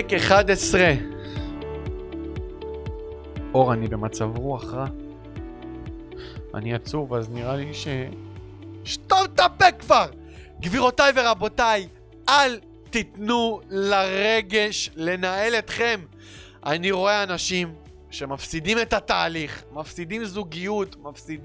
פרק 11. אור, אני במצב רוח רע. אני עצוב, אז נראה לי שטוב את הפה כבר! גבירותיי ורבותיי, אל תיתנו לרגש לנהל אתכם. אני רואה אנשים שמפסידים את התהליך, מפסידים זוגיות,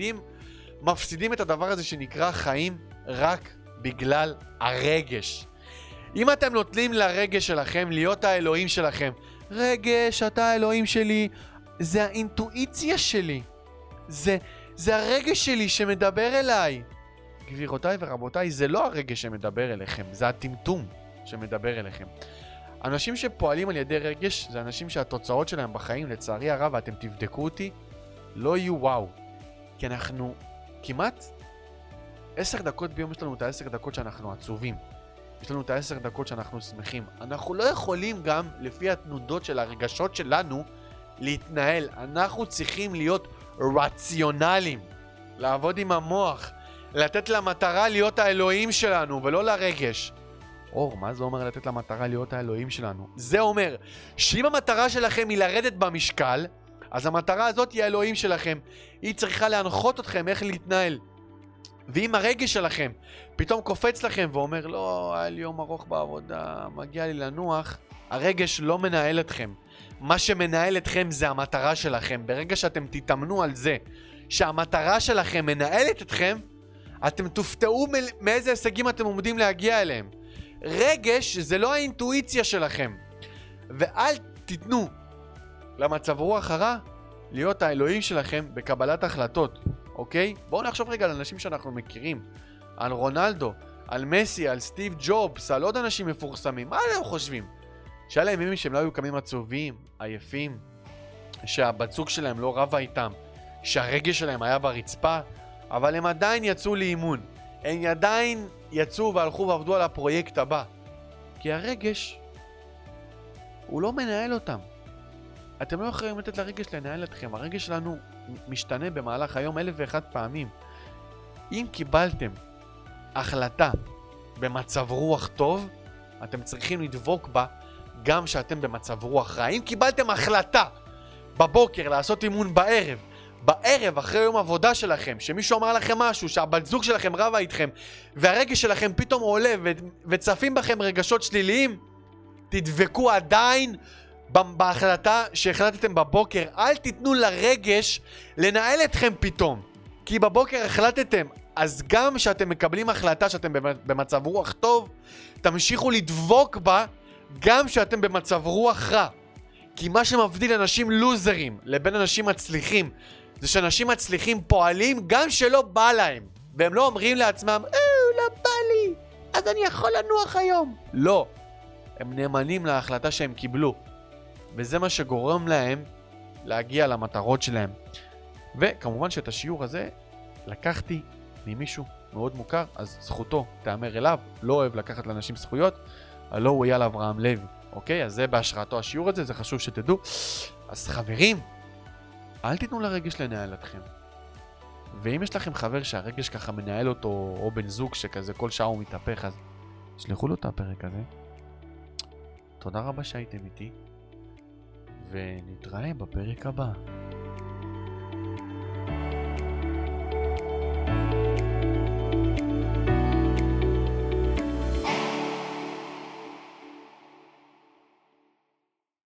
מפסידים את הדבר הזה שנקרא חיים רק בגלל הרגש. אם אתם נותנים לרגש שלכם להיות האלוהים שלכם, רגש, אתה האלוהים שלי, זה האינטואיציה שלי. זה הרגש שלי שמדבר אליי. גבירותיי ורבותיי, זה לא הרגש שמדבר אליכם, זה הטמטום שמדבר אליכם. אנשים שפועלים על ידי רגש, זה אנשים שהתוצאות שלהם בחיים, לצערי הרב, ואתם תבדקו אותי, לא יהיו וואו. כי אנחנו כמעט 10 דקות ביום יש לנו את 10 דקות שאנחנו עצובים. יש לנו את 10 דקות שאנחנו שמחים. אנחנו לא יכולים גם, לפי התנודות של הרגשות שלנו, להתנהל. אנחנו צריכים להיות רציונליים, לעבוד עם המוח, לתת למטרה להיות האלוהים שלנו ולא לרגש. אור, מה זה אומר לתת למטרה להיות האלוהים שלנו? זה אומר שאם המטרה שלכם היא לרדת במשקל, אז המטרה הזאת היא האלוהים שלכם. היא צריכה להנחות אתכם איך להתנהל. ואם הרגש שלכם פתאום קופץ לכם ואומר, לא, היה לי יום ארוך בעבודה, מגיע לי לנוח, הרגש לא מנהל אתכם. מה שמנהל אתכם זה המטרה שלכם. ברגע שאתם תתאמנו על זה שהמטרה שלכם מנהלת אתכם, אתם תופתעו מאיזה הישגים אתם עומדים להגיע אליהם. רגש זה לא האינטואיציה שלכם. ואל תיתנו למצב רוח הרע להיות האלוהים שלכם בקבלת החלטות. אוקיי? בואו נחשוב רגע על אנשים שאנחנו מכירים. על רונלדו, על מסי, על סטיב ג'ובס, על עוד אנשים מפורסמים. מה אתם חושבים? שהיה להם ימים שהם לא היו קמים עצובים, עייפים, שהבת זוג שלהם לא רבה איתם, שהרגש שלהם היה ברצפה, אבל הם עדיין יצאו לאימון. הם עדיין יצאו והלכו ועבדו על הפרויקט הבא. כי הרגש, הוא לא מנהל אותם. אתם לא יכולים לתת לרגש לנהל אתכם. הרגש שלנו משתנה במהלך היום 1001 פעמים. אם קיבלתם החלטה במצב רוח טוב, אתם צריכים לדבוק בה גם שאתם במצב רוח רע. אם קיבלתם החלטה בבוקר לעשות אימון בערב אחרי יום עבודה שלכם, שמישהו אמר לכם משהו, שהבת זוג שלכם רבה איתכם, והרגש שלכם פתאום עולה וצפים בכם רגשות שליליים, תדבקו עדיין בהחלטה שהחלטתם בבוקר. אל תיתנו לרגש לנהל אתכם פתאום. כי בבוקר החלטתם, אז גם שאתם מקבלים החלטה שאתם במצב רוח טוב, תמשיכו לדבוק בה גם שאתם במצב רוח רע. כי מה שמבדיל אנשים לוזרים לבין אנשים מצליחים, זה שאנשים מצליחים פועלים גם שלא בא להם. והם לא אומרים לעצמם, לא בא לי, אז אני יכול לנוח היום. לא. הם נאמנים להחלטה שהם קיבלו. וזה מה שגורם להם להגיע למטרות שלהם. וכמובן שאת השיעור הזה לקחתי ממישהו מאוד מוכר, אז זכותו תאמר אליו. לא אוהב לקחת לאנשים זכויות, הלא הוא אייל אברהם לוי. אוקיי? אז זה בהשראתו השיעור הזה, זה חשוב שתדעו. אז חברים, אל תיתנו לרגש לנהל אתכם. ואם יש לכם חבר שהרגש ככה מנהל אותו, או בן זוג שכזה כל שעה הוא מתהפך, אז שלחו לו את הפרק הזה. תודה רבה שהייתם איתי, ונתראה בפרק הבא.